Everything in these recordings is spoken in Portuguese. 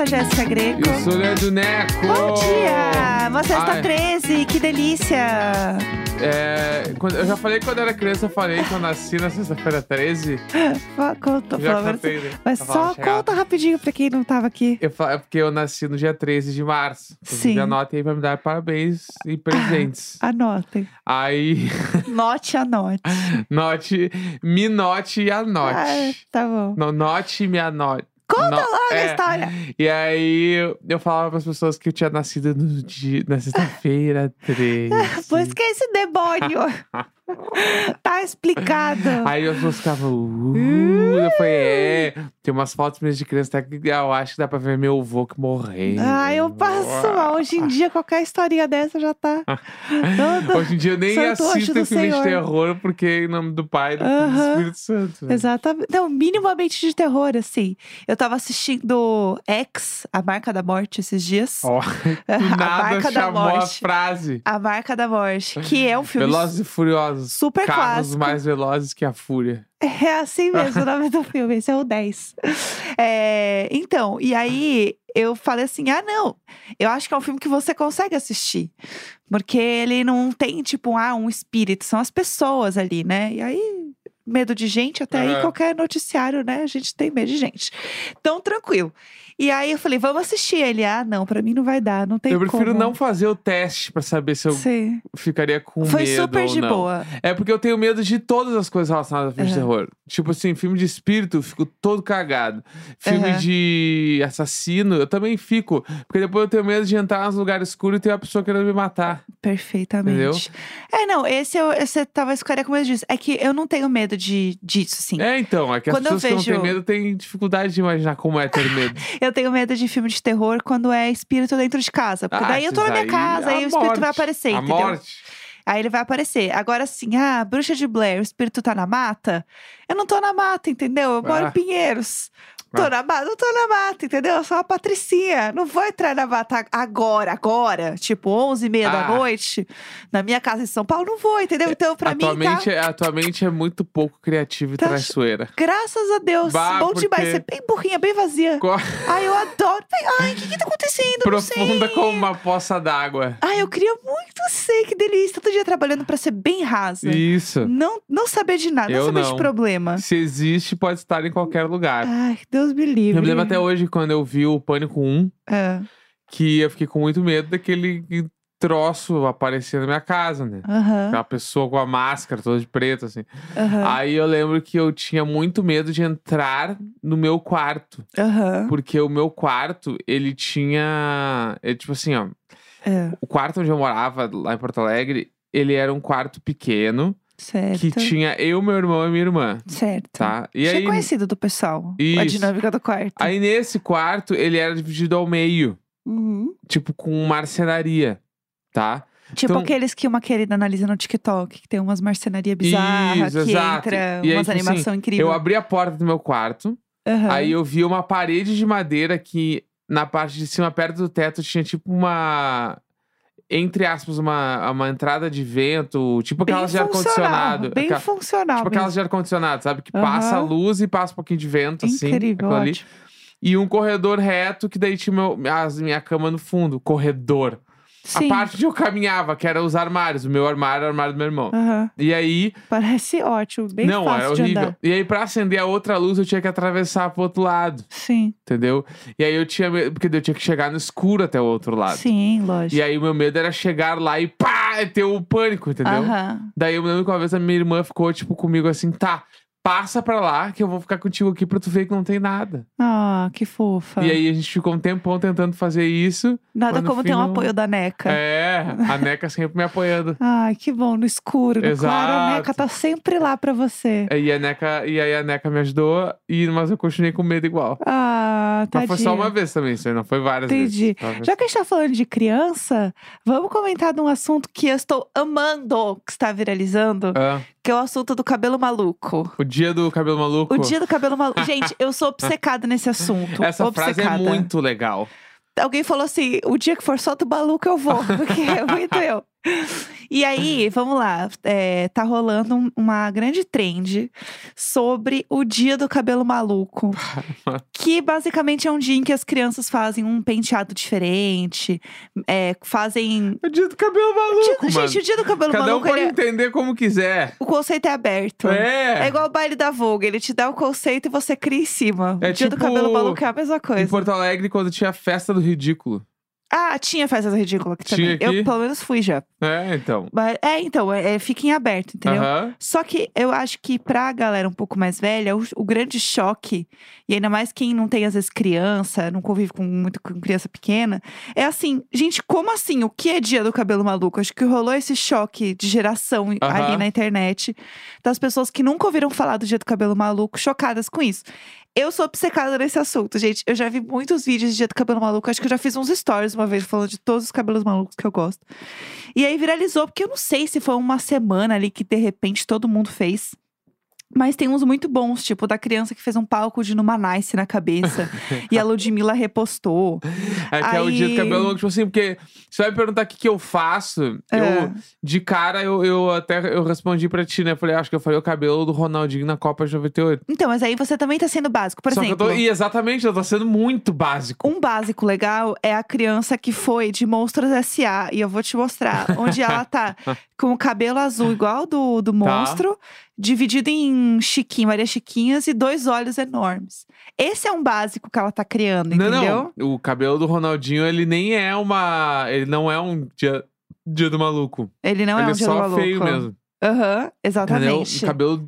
sou a Jéssica Greco. Eu sou o Leandro Neco. Bom dia! Você está Ai. 13, que delícia! Eu já falei quando era criança, eu falei que eu nasci na sexta-feira 13. Conta, Já pelo menos. contei, né? Mas Pra só falar chegado. conta rapidinho pra quem não tava aqui. É porque eu nasci no dia 13 de março. Sim. Inclusive, anotem aí pra me dar parabéns e presentes. Anotem. Aí, Anote. me note e anote. Ah, tá bom. Não, note e me anote. Conta No- logo a é. história. E aí, eu falava pras pessoas que eu tinha nascido na sexta-feira 13. Pois que é esse demônio. Tá explicado. Aí as pessoas ficavam, eu falei, tem umas fotos minhas de criança, até que eu acho que dá pra ver meu avô que morreu. Eu passo mal. Hoje em dia, qualquer historinha dessa já tá todo... Hoje em dia eu nem Santo anjo assisto do filme de Senhor. terror, porque em nome do Pai e do Filho e do Aham. Espírito Santo. Né? Exatamente. Não, minimamente de terror, assim. Eu tava assistindo X, A Marca da Morte, esses dias. Ó, A do nada Marca da chamou a Morte. frase. A Marca da Morte, que é um filme Velozes e Furiosos. super Carros clássico. mais velozes que a fúria. É assim mesmo o nome do filme, esse é o 10. Então, e aí eu falei assim, não, eu acho que é um filme que você consegue assistir. Porque ele não tem, tipo, um espírito, são as pessoas ali, né? E aí, medo de gente, até aí qualquer noticiário, né? A gente tem medo de gente. Então, tranquilo. E aí eu falei, vamos assistir. Ele, não, pra mim não vai dar, não tem Eu prefiro como. não fazer o teste pra saber se eu Sim. ficaria com Foi medo super ou de não. boa. É porque eu tenho medo de todas as coisas relacionadas a filme de terror. Tipo assim, filme de espírito, eu fico todo cagado. Filme de assassino, eu também fico. Porque depois eu tenho medo de entrar nos lugares escuros e ter uma pessoa querendo me matar. Perfeitamente. Esse talvez ficaria com medo disso. É que eu não tenho medo disso, assim. Então, é que as Quando eu pessoas que não têm vejo- medo têm dificuldade de imaginar como é ter medo. Eu tenho medo de filme de terror quando é espírito dentro de casa. Porque daí eu tô na minha casa, aí o espírito vai aparecer, A entendeu? morte. Aí ele vai aparecer. Agora sim, Bruxa de Blair, o espírito tá na mata? Eu não tô na mata, entendeu? Eu moro em Pinheiros. Tô na mata, não tô na mata, entendeu? Eu sou uma patricinha. Não vou entrar na mata agora. Tipo, 11h30 da noite, na minha casa em São Paulo, não vou, entendeu? Então, pra mim, tá... Atualmente é muito pouco criativa e Tá- traiçoeira. Graças a Deus. Bah, Bom porque- demais. Ser bem burrinha, bem vazia. Ai, eu adoro. Ai, o que tá acontecendo? Não sei. Profunda como uma poça d'água. Ai, eu queria muito ser, que delícia. Todo dia trabalhando pra ser bem rasa. Isso. Não saber de nada, não Eu saber não. de problema. Se existe, pode estar em qualquer lugar. Ai, Deus me livre. Eu me lembro até hoje, quando eu vi o Pânico 1, que eu fiquei com muito medo daquele troço aparecer na minha casa, né? Aham, Aquela pessoa com a máscara toda de preto, assim. aham, Aí eu lembro que eu tinha muito medo de entrar no meu quarto. aham. Porque o meu quarto, ele tinha... tipo assim, ó. É, O quarto onde eu morava, lá em Porto Alegre, ele era um quarto pequeno. certo. Que tinha eu, meu irmão e minha irmã, Certo. tá? E Achei aí, conhecido do pessoal. A Isso. dinâmica do quarto. aí nesse quarto, ele era dividido ao meio. Uhum. Tipo, com marcenaria, tá? Tipo Então- aqueles que uma querida analisa no TikTok, que tem umas marcenaria bizarra, Isso, que exato. entra E aí, umas tipo assim, animação incrível. Eu abri a porta do meu quarto, Aham. aí eu vi uma parede de madeira que na parte de cima, perto do teto, tinha tipo uma... Entre aspas, uma entrada de vento, tipo Bem aquelas de funcional, ar-condicionado. bem funcional Tipo mesmo. aquelas de ar-condicionado, sabe? Que Aham. passa a luz e passa um pouquinho de vento, assim. Incrível, aquilo ali. ótimo. E um corredor reto, que daí tinha minha cama no fundo. Corredor. Sim. A parte onde eu caminhava, que era os armários. O meu armário era o armário do meu irmão. Aham. E aí... Parece ótimo, bem não, fácil era de horrível. andar. E aí, pra acender a outra luz, eu tinha que atravessar pro outro lado. Sim, Entendeu? E aí eu tinha medo, porque daí eu tinha que chegar no escuro até o outro lado. sim, lógico. E aí o meu medo era chegar lá e pá, e ter o pânico, entendeu? Aham. Daí eu me lembro que uma vez a minha irmã ficou, tipo, comigo assim, tá, passa pra lá que eu vou ficar contigo aqui pra tu ver que não tem nada. Que fofa. E aí a gente ficou um tempão tentando fazer isso. Nada mas no como ter um fim não- apoio da NECA. A Neca sempre me apoiando. Ai, que bom, no escuro, no claro, a Exato. NECA tá sempre lá pra você. E aí a Neca me ajudou, mas eu continuei com medo igual. Tadinho. Mas foi só uma vez também, isso aí não foi várias Entendi. vezes. Uma vez. Já que a gente tá falando de criança, vamos comentar de um assunto que eu estou amando, que está viralizando, Ah, que é o assunto do cabelo maluco. o dia do cabelo maluco. O dia do cabelo maluco. Gente, eu sou obcecada nesse assunto. Essa obcecada. frase é muito legal. Alguém falou assim, o dia que for só do maluco eu vou, porque é muito eu. E aí, vamos lá. Tá rolando uma grande trend sobre o Dia do Cabelo Maluco. Que basicamente é um dia em que as crianças fazem um penteado diferente. Fazem. É o dia do cabelo maluco, mano. Gente, o Dia do Cabelo Cada Maluco. um pode entender como quiser. O conceito é aberto. É. É igual o baile da Vogue. Ele te dá o conceito e você cria em cima. É O Dia do tipo Cabelo Maluco é a mesma Em coisa. Porto Alegre, quando tinha a festa do ridículo. Ah, tinha festas ridículas aqui Tinha também. aqui? Eu, pelo menos, fui já. Então. Mas, então, fica em aberto, entendeu? Aham. Só que eu acho que pra galera um pouco mais velha, o grande choque, e ainda mais quem não tem, às vezes, criança, não convive muito com criança pequena, é assim, gente, como assim? O que é Dia do Cabelo Maluco? Acho que rolou esse choque de geração ali Aham. na internet, das pessoas que nunca ouviram falar do Dia do Cabelo Maluco, chocadas com isso. Eu sou obcecada nesse assunto, gente. Eu já vi muitos vídeos de Dia do Cabelo Maluco. Acho que eu já fiz uns stories uma vez falando de todos os cabelos malucos que eu gosto. E aí viralizou, porque eu não sei se foi uma semana ali que de repente todo mundo fez. Mas tem uns muito bons, tipo da criança que fez um palco de Numanice na cabeça. E a Ludmilla repostou. É que é o dia do Aí- cabelo maluco, tipo assim, porque você vai me perguntar o que, que eu faço. De cara, eu respondi pra ti, né? Eu falei, acho que eu falei o cabelo do Ronaldinho na Copa de 98. Então, mas aí você também tá sendo básico. Por Só exemplo, que eu tô. E exatamente, eu tô sendo muito básico. um básico legal é a criança que foi de Monstros S.A. E eu vou te mostrar. Onde ela tá com o cabelo azul igual do monstro. Dividido em Maria Chiquinhas e 2 olhos enormes. Esse é um básico que ela tá criando, entendeu? Não. O cabelo do Ronaldinho, ele nem é uma. Ele não é um dia do maluco. Ele não ele é um é dia do só maluco. feio mesmo. Aham, Entendeu? exatamente. O cabelo.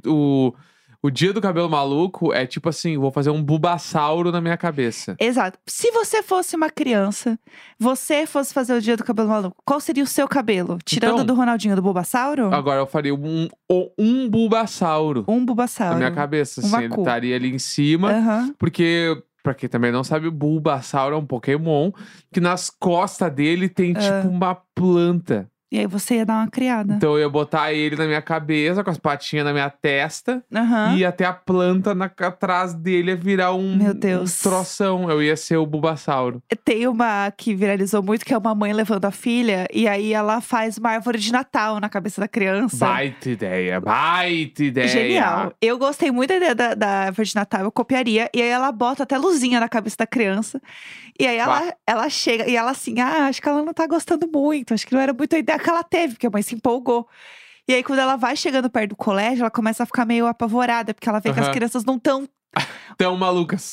O dia do cabelo maluco é tipo assim: vou fazer um Bulbasauro na minha cabeça. Exato. Se você fosse uma criança, você fosse fazer o dia do cabelo maluco, qual seria o seu cabelo? Tirando Então- do Ronaldinho, do Bulbasauro? Agora eu faria um Bulbasauro Um na Bulbasauro. minha cabeça. Um Assim, ele Macu. estaria ali em cima. Aham. Porque, pra quem também não sabe, o Bulbasauro é um Pokémon que nas costas dele tem tipo uma planta. E aí você ia dar uma criada. Então eu ia botar ele na minha cabeça, com as patinhas na minha testa. Aham. E ia ter a planta atrás dele ia virar Meu Deus. um troção. Eu ia ser o Bulbasauro. Tem uma que viralizou muito, que é uma mãe levando a filha. E aí ela faz uma árvore de Natal na cabeça da criança. Baita ideia, baita ideia. Genial. Eu gostei muito da ideia da árvore de Natal, eu copiaria. E aí ela bota até luzinha na cabeça da criança. E aí ela chega, e ela assim, acho que ela não tá gostando muito. Acho que não era muito a ideia que ela teve, porque a mãe se empolgou. E aí, quando ela vai chegando perto do colégio, ela começa a ficar meio apavorada, porque ela vê que as Aham. crianças não estão Tão malucas.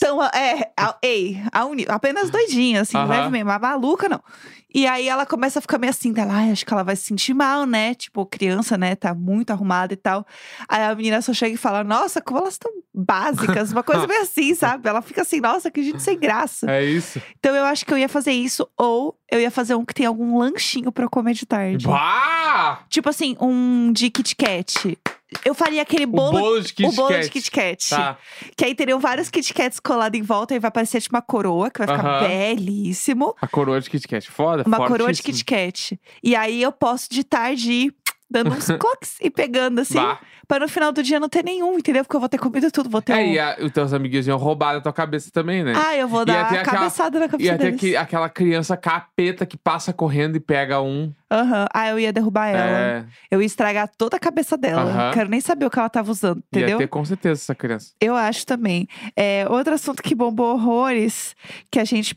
apenas doidinha, assim, Aham. levemente, mas maluca não. E aí ela começa a ficar meio assim, dela, acho que ela vai se sentir mal, né? Tipo, criança, né? Tá muito arrumada e tal. Aí a menina só chega e fala, nossa, como elas estão básicas, uma coisa meio assim, sabe? Ela fica assim, nossa, que gente sem graça. É isso. Então eu acho que eu ia fazer isso, ou eu ia fazer um que tem algum lanchinho pra eu comer de tarde. Bah! Tipo assim, um de Kit Kat. Eu faria aquele O bolo. bolo de Kit O bolo Kat. de Kit Kat. Tá. Que aí teriam vários Kit Kats colados em volta e vai parecer tipo uma coroa, que vai ficar Aham. belíssimo. A coroa de Kit Kat. Foda, Uma coroa de fortíssimo. Kit Kat. E aí eu posso de tarde ir dando uns cloques e pegando assim. Bah. Pra no final do dia não ter nenhum, entendeu? Porque eu vou ter comido tudo. Vou ter E os teus amiguinhos iam roubar da tua cabeça também, né? eu vou ia dar ter a aquela- cabeçada na E cabeça até deles. aquela criança capeta que passa correndo e pega um. Aham. Eu ia derrubar ela. É, Eu ia estragar toda a cabeça dela. Aham. Quero nem saber o que ela tava usando, entendeu? ia ter com certeza essa criança. Eu acho também. Outro assunto que bombou horrores, que a gente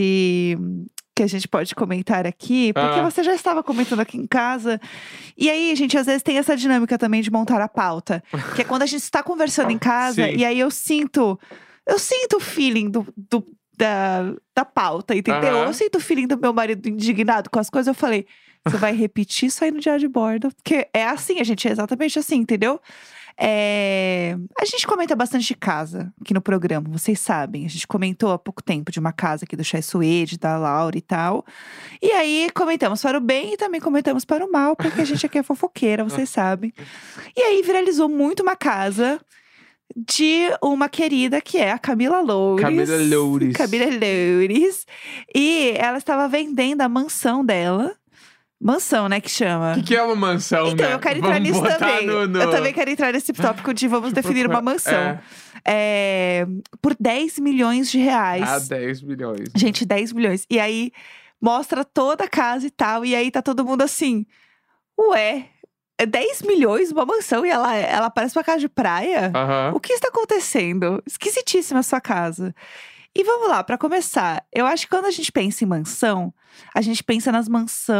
pode comentar aqui, porque você já estava comentando aqui em casa. E aí, gente, às vezes tem essa dinâmica também de montar a pauta. Que é quando a gente está conversando em casa, Sim. e aí eu sinto o feeling da pauta, entendeu? Aham. Eu sinto o feeling do meu marido indignado com as coisas. Eu falei, você vai repetir isso aí no diário de bordo? Porque é assim, a gente é exatamente assim, entendeu? A gente comenta bastante de casa aqui no programa, vocês sabem. A gente comentou há pouco tempo de uma casa aqui do Chay Suede, da Laura e tal. E aí comentamos para o bem e também comentamos para o mal, porque a gente aqui é fofoqueira, vocês sabem. E aí viralizou muito uma casa de uma querida que é a Camila Loures. Camila Loures. Camila Loures. E ela estava vendendo a mansão dela. Mansão, né, que chama. O que é uma mansão, Então, né? eu quero entrar Vamos nisso botar também. no- Eu também quero entrar nesse tópico de vamos definir uma mansão. Por 10 milhões de reais. 10 milhões. Gente, 10 milhões. E aí, mostra toda a casa e tal. E aí, tá todo mundo assim... Ué, é 10 milhões uma mansão e ela parece uma casa de praia? Aham. O que está acontecendo? Esquisitíssima a sua casa. E vamos lá, pra começar. Eu acho que quando a gente pensa em mansão, a gente pensa nas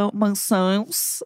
mansões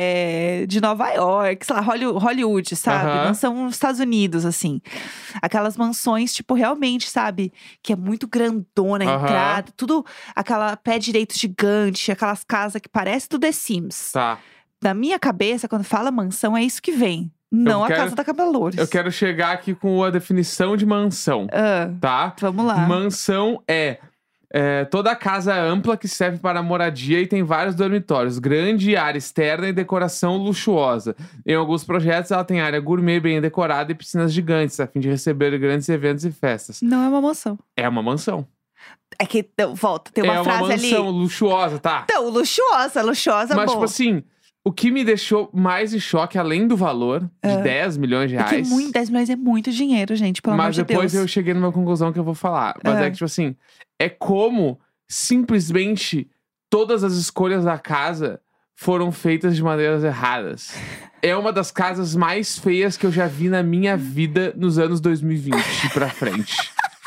de Nova York, sei lá, Hollywood, sabe? Aham. Mansão nos Estados Unidos, assim. Aquelas mansões, tipo, realmente, sabe? Que é muito grandona a Aham. entrada, tudo aquela pé direito gigante, aquelas casas que parece do The Sims. Tá. Na minha cabeça, quando fala mansão, é isso que vem. Não a quero- casa da Cabelores. Eu quero chegar aqui com a definição de mansão, tá? Vamos lá. Mansão é toda casa ampla que serve para moradia e tem vários dormitórios, grande área externa e decoração luxuosa. Em alguns projetos, ela tem área gourmet bem decorada e piscinas gigantes, a fim de receber grandes eventos e festas. Não é uma mansão. É uma mansão. É que, então, volta, tem uma é frase uma mansão ali. luxuosa, tá? Então, luxuosa, Mas, bom. tipo assim, o que me deixou mais em choque, além do valor de 10 milhões de É que reais. 10 milhões é muito dinheiro, gente, pelo amor Mas de depois Deus. eu cheguei numa conclusão que eu vou falar. Mas é que, tipo assim, é como simplesmente todas as escolhas da casa foram feitas de maneiras erradas. É uma das casas mais feias que eu já vi na minha vida nos anos 2020 pra frente.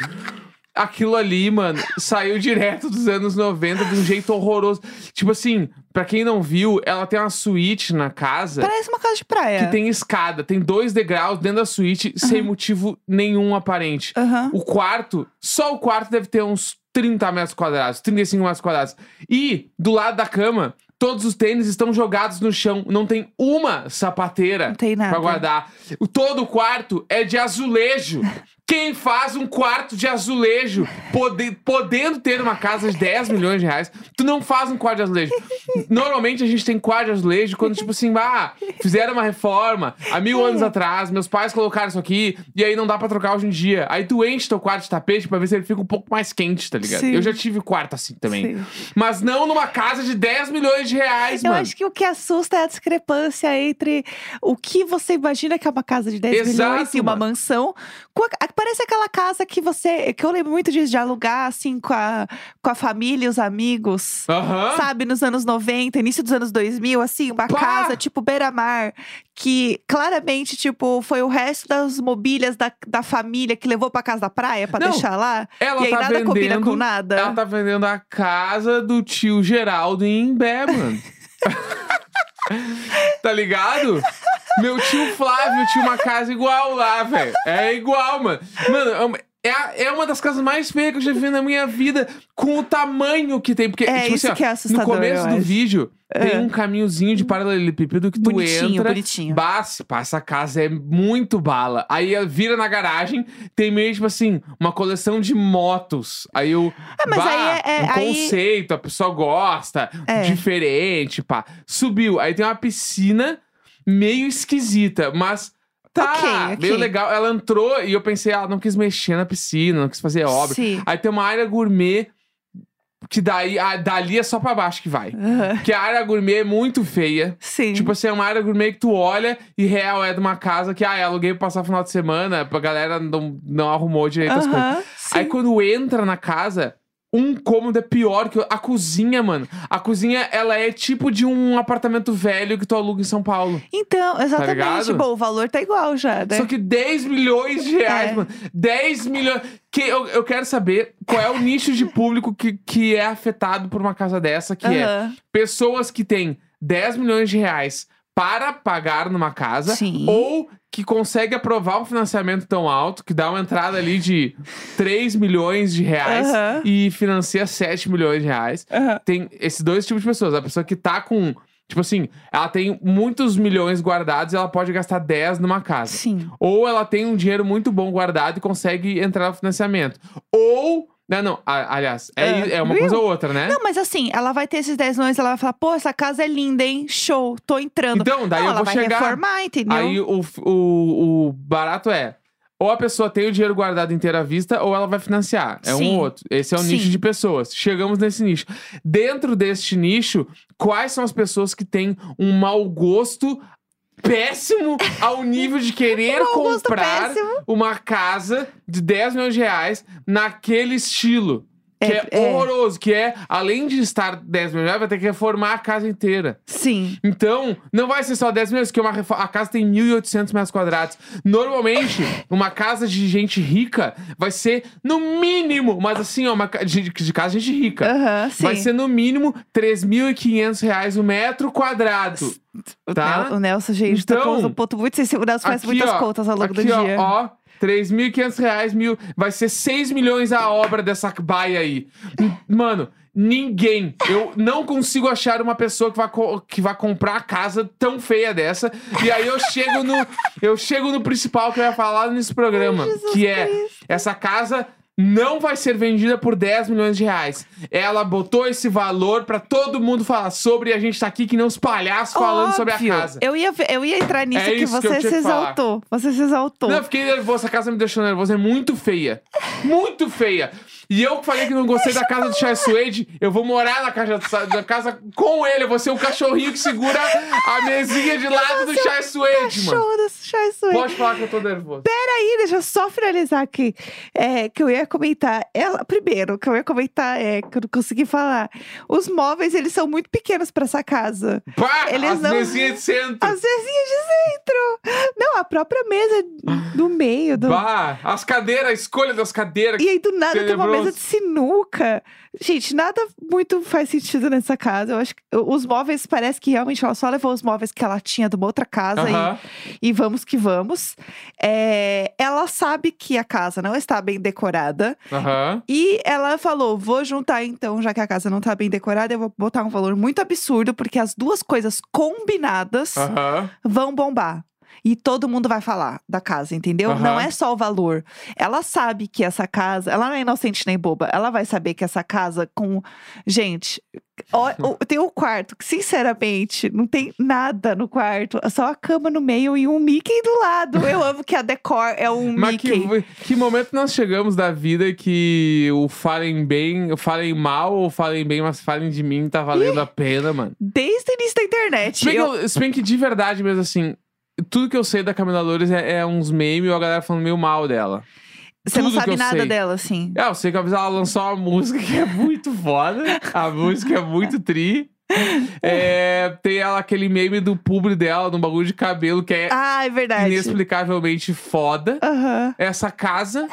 Aquilo ali, mano, saiu direto dos anos 90 de um jeito horroroso. Tipo assim, pra quem não viu, ela tem uma suíte na casa Parece uma casa de praia. que tem escada, tem 2 degraus dentro da suíte sem motivo nenhum aparente. Aham. O quarto, só o quarto deve ter uns 30 metros quadrados, 35 metros quadrados. E do lado da cama, todos os tênis estão jogados no chão. Não tem uma sapateira Não tem nada. pra guardar. Todo o quarto é de azulejo. Quem faz um quarto de azulejo, podendo ter uma casa de 10 milhões de reais, tu não faz um quarto de azulejo. Normalmente a gente tem quarto de azulejo quando, tipo assim, fizeram uma reforma há 1000 anos atrás, meus pais colocaram isso aqui, e aí não dá pra trocar hoje em dia. Aí tu enche teu quarto de tapete pra ver se ele fica um pouco mais quente, tá ligado? Sim. Eu já tive quarto assim também. Sim. Mas não numa casa de 10 milhões de reais, Eu mano. acho que o que assusta é a discrepância entre o que você imagina que é uma casa de 10 Exato, milhões e uma mano. mansão. Parece aquela casa que eu lembro muito disso, de alugar, assim, com a família e os amigos. Aham. Sabe, nos anos 90, início dos anos 2000, assim, uma Pá! casa tipo beira-mar, que claramente, tipo, foi o resto das mobílias da família que levou pra casa da praia pra Não, deixar lá. Ela e aí tá nada combina vendendo- com nada. Ela tá vendendo a casa do tio Geraldo em Imbé, mano. Tá ligado? Meu tio Flávio tinha uma casa igual lá, velho. É igual, mano. Mano, é uma das casas mais feias que eu já vi na minha vida. Com o tamanho que tem. Porque, tipo Isso assim, ó, que é assustador, no começo eu do acho. vídeo, tem um caminhozinho de paralelepípedo que tu Bonitinho, entra. bonitinho. Essa casa é muito bala. Aí vira na garagem, tem meio, tipo assim, uma coleção de motos. Aí eu. mas aí um conceito, a pessoa gosta, diferente, pá. Subiu. Aí tem uma piscina meio esquisita, mas tá Ok. meio legal. Ela entrou e eu pensei, ela não quis mexer na piscina, não quis fazer obra. Sim. Aí tem uma área gourmet que dali é só pra baixo que vai. Aham. Que a área gourmet é muito feia. Sim. Tipo assim, é uma área gourmet que tu olha e real é de uma casa que, aluguei pra passar o final de semana, pra galera não arrumou direito as coisas. Aham, sim. Aí quando entra na casa, um cômodo é pior que a cozinha, mano. A cozinha, ela é tipo de um apartamento velho que tu aluga em São Paulo. Então, exatamente. ligado? Bom, o valor tá igual já, né? Só que 10 milhões de reais, É. mano. 10 milhões. Eu quero saber qual é o nicho de público que é afetado por uma casa dessa, que é Aham. pessoas que têm 10 milhões de reais para pagar numa casa, Sim. ou que consegue aprovar um financiamento tão alto, que dá uma entrada ali de 3 milhões de reais Aham. e financia 7 milhões de reais. Aham. Tem esses dois tipos de pessoas. A pessoa que tá com, tipo assim, ela tem muitos milhões guardados e ela pode gastar 10 numa casa. Sim. Ou ela tem um dinheiro muito bom guardado e consegue entrar no financiamento. Ou... aliás, é uma Viu? coisa ou outra, né? Não, mas assim, ela vai ter esses 10 milhões, ela vai falar, pô, essa casa é linda, hein? Show, tô entrando. Então, daí Não, eu ela vou vai chegar. reformar, entendeu? Aí o barato é, ou a pessoa tem o dinheiro guardado inteiro à vista, ou ela vai financiar. É um Sim. ou outro. Esse é o Sim. nicho de pessoas. Chegamos nesse nicho. Dentro deste nicho, quais são as pessoas que têm um mau gosto péssimo ao nível de querer mau gosto comprar péssimo. uma casa de 10 milhões de reais naquele estilo? Que é horroroso, que é, além de estar 10 milhões, vai ter que reformar a casa inteira. Sim. Então, não vai ser só 10 milhões, porque a casa tem 1.800 metros quadrados. Normalmente, uma casa de gente rica vai ser, no mínimo, mas assim, ó, de casa de gente rica. Sim. Vai ser, no mínimo, R$3.500 o metro quadrado. Tá? O Nelson, gente, então, tocou um ponto muito sensível. O Nelson faz muitas contas ao longo do dia. Ó, R$3.500, vai ser 6 milhões a obra dessa baia aí. Mano, ninguém. Eu não consigo achar uma pessoa que vai comprar a casa tão feia dessa. E aí eu chego no principal que eu ia falar nesse programa. Ai, que é, Cristo. essa casa não vai ser vendida por 10 milhões de reais. Ela botou esse valor pra todo mundo falar sobre, e a gente tá aqui que nem uns palhaços falando sobre a casa. Eu ia entrar nisso que isso que eu você tinha se que falar. exaltou. Você se exaltou. Não, eu fiquei nervoso. Essa casa me deixou nervoso. É muito feia. Muito feia. E eu que falei que não gostei da casa do Chai Suede, eu vou morar na casa com ele. Eu vou ser o cachorrinho que segura a mesinha de lado do Chai Suede, mano. Cachorro do Chai Suede. Pode falar que eu tô nervoso. Peraí, deixa eu só finalizar aqui. Que eu ia comentar. Primeiro, que eu ia comentar que eu não consegui falar. Os móveis, eles são muito pequenos pra essa casa. Pá, Eles mesinhas de centro. As mesinhas de centro. Não, a própria mesa do meio. Bah, as cadeiras, a escolha das cadeiras. E aí, do nada, tem uma tenebroso. mesa de sinuca. Gente, nada muito faz sentido nessa casa. Eu acho que os móveis, parece que realmente ela só levou os móveis que ela tinha de uma outra casa e vamos que vamos. Ela sabe que a casa não está bem decorada. E ela falou, vou juntar então, já que a casa não tá bem decorada, eu vou botar um valor muito absurdo, porque as duas coisas combinadas vão bombar. E todo mundo vai falar da casa, entendeu? Não é só o valor. Ela sabe que essa casa… Ela não é inocente nem boba. Ela vai saber que essa casa com… Gente… tem um quarto que, sinceramente, não tem nada no quarto. É só a cama no meio e um Mickey do lado. Eu amo que a decor é um Mickey. Mas que momento nós chegamos da vida que o falem bem, o falem mal ou falem bem, mas falem de mim tá valendo a pena, mano? Desde o início da internet. Se bem que de verdade mesmo, assim… Tudo que eu sei da Camila Loures é uns memes ou a galera falando meio mal dela. Você não Tudo sabe que eu nada sei. dela, assim. Eu sei que ela lançou uma música que é muito foda. A música é muito tri. Tem ela aquele meme do publi dela, no bagulho de cabelo, que é verdade. inexplicavelmente foda. Essa casa,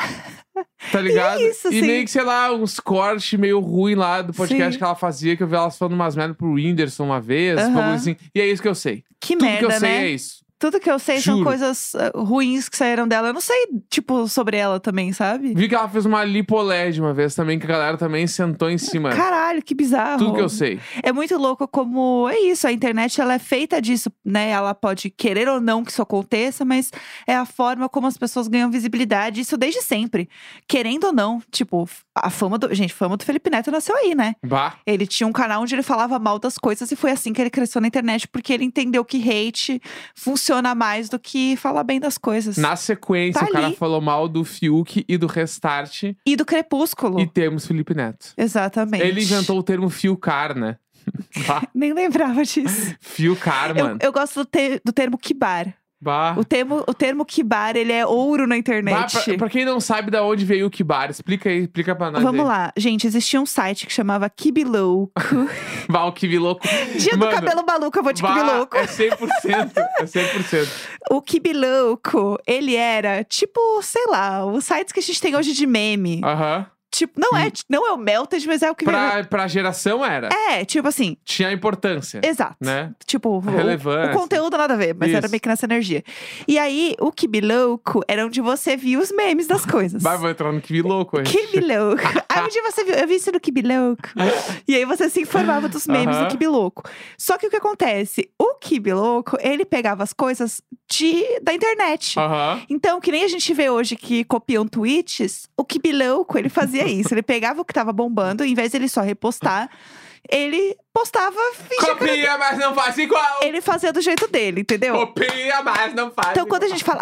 tá ligado? Isso, e sim. meio que, sei lá, uns cortes meio ruim lá do podcast Sim. que ela fazia, que eu vi elas falando umas merdas pro Whindersson uma vez, bagulho assim. E é isso que eu sei. Que Tudo merda, que eu sei né? é isso. Tudo que eu sei são Juro. coisas ruins que saíram dela. Eu não sei, tipo, sobre ela também, sabe? Vi que ela fez uma lipoled uma vez também, que a galera também sentou em cima. Caralho, que bizarro. Tudo que eu sei. É muito louco como… É isso, a internet, ela é feita disso, né? Ela pode querer ou não que isso aconteça, mas é a forma como as pessoas ganham visibilidade. Isso desde sempre. Querendo ou não. Tipo, a fama do… Gente, a fama do Felipe Neto nasceu aí, né? Bah. Ele tinha um canal onde ele falava mal das coisas e foi assim que ele cresceu na internet, porque ele entendeu que hate funciona mais do que falar bem das coisas. Na sequência, Tá o cara ali. falou mal do Fiuk e do Restart. E do Crepúsculo. E temos Felipe Neto. Exatamente. Ele inventou o termo Fiucar, né? Bah. Nem lembrava disso. Fiucar, mano. Eu gosto do termo kibar. Bah. O termo kibar, ele é ouro na internet. Bah, pra quem não sabe da onde veio o Kibar, explica pra nós. Vamos aí. lá. Gente, existia um site que chamava Kibilouco. Bah, o Kibilouco. Dia Mano, do cabelo maluco, eu vou de Kibilouco. É 100%. É 100%. O Kibilouco, ele era tipo, sei lá, os sites que a gente tem hoje de meme. Aham. Tipo, não é o Melted, mas é o que… Pra geração era. tipo assim… Tinha importância. Exato. Né? Tipo, Relevância. o conteúdo nada a ver, mas era Isso. meio que nessa energia. E aí, o Kibilouco era onde você via os memes das coisas. Vai, vou entrar no Kibilouco aí. Kibilouco. Aí um dia você viu, eu vi isso no Kibilouco. E aí você se informava dos memes do Kibilouco. Só que o que acontece? O Kibilouco, ele pegava as coisas da internet. Aham. Então, que nem a gente vê hoje que copiam tweets, o Kibilouco, ele fazia isso. Ele pegava o que tava bombando, em vez de ele só repostar, ele postava, fingia que era… Copia, mas não faz igual. Ele fazia do jeito dele, entendeu? Copia, mas não faz Então, igual. quando a gente fala,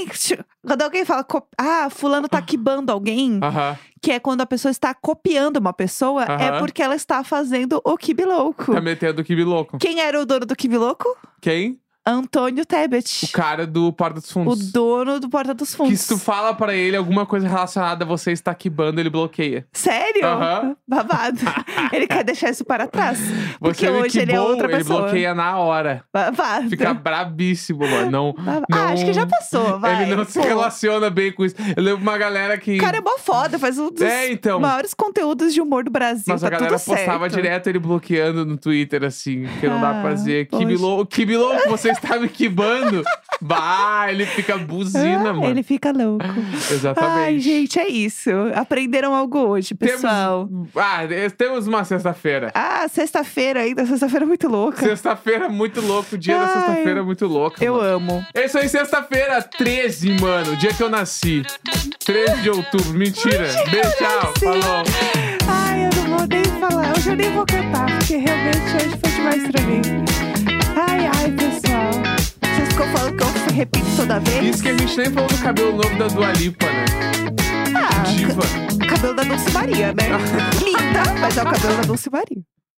quando alguém fala, fulano tá quibando alguém, Aham. que é quando a pessoa está copiando uma pessoa, é Aham. porque ela está fazendo o Kibilouco. Tá metendo o Kibilouco. Quem era o dono do Kibilouco? Quem? Antônio Tebet. O cara do Porta dos O Fundos. dono do Porta dos Fundos. Que se tu fala pra ele alguma coisa relacionada a você estar quibando, ele bloqueia. Sério? Aham. Babado. Ele quer deixar isso para trás. Porque Você me hoje ele é quibou, outra ele pessoa. bloqueia na hora. Babado. Fica brabíssimo, mano. Não, Acho que já passou, vai. Ele não se Pô, relaciona bem com isso. Eu lembro uma galera que... O cara é mó foda, faz um dos então. maiores conteúdos de humor do Brasil. Mas tá a galera tudo postava certo. direto ele bloqueando no Twitter, assim. Que não dá pra dizer. poxa. Que louco, você está me quibando. Bah, ele fica buzina, mano. Ele fica louco. Exatamente. Ai, gente, é isso. Aprenderam algo hoje, pessoal. Temos uma sexta-feira. Sexta-feira ainda. Sexta-feira é muito louca. Sexta-feira muito louco. O dia da Ai, sexta-feira é muito louco. Eu mano. amo. É isso aí, sexta-feira, 13, mano. O dia que eu nasci. 13 de outubro. Mentira. Beijo, tchau. nasci. Falou. Ai, eu não vou nem falar. Hoje eu nem vou cantar, porque realmente hoje foi demais pra mim. Ai, pessoal. Vocês ficam falando que eu repito toda vez? Isso que a gente nem falou do cabelo novo da Dua Lipa, né? Diva. Cabelo da Dulce Maria, né? Linda, mas é o cabelo da Dulce Maria.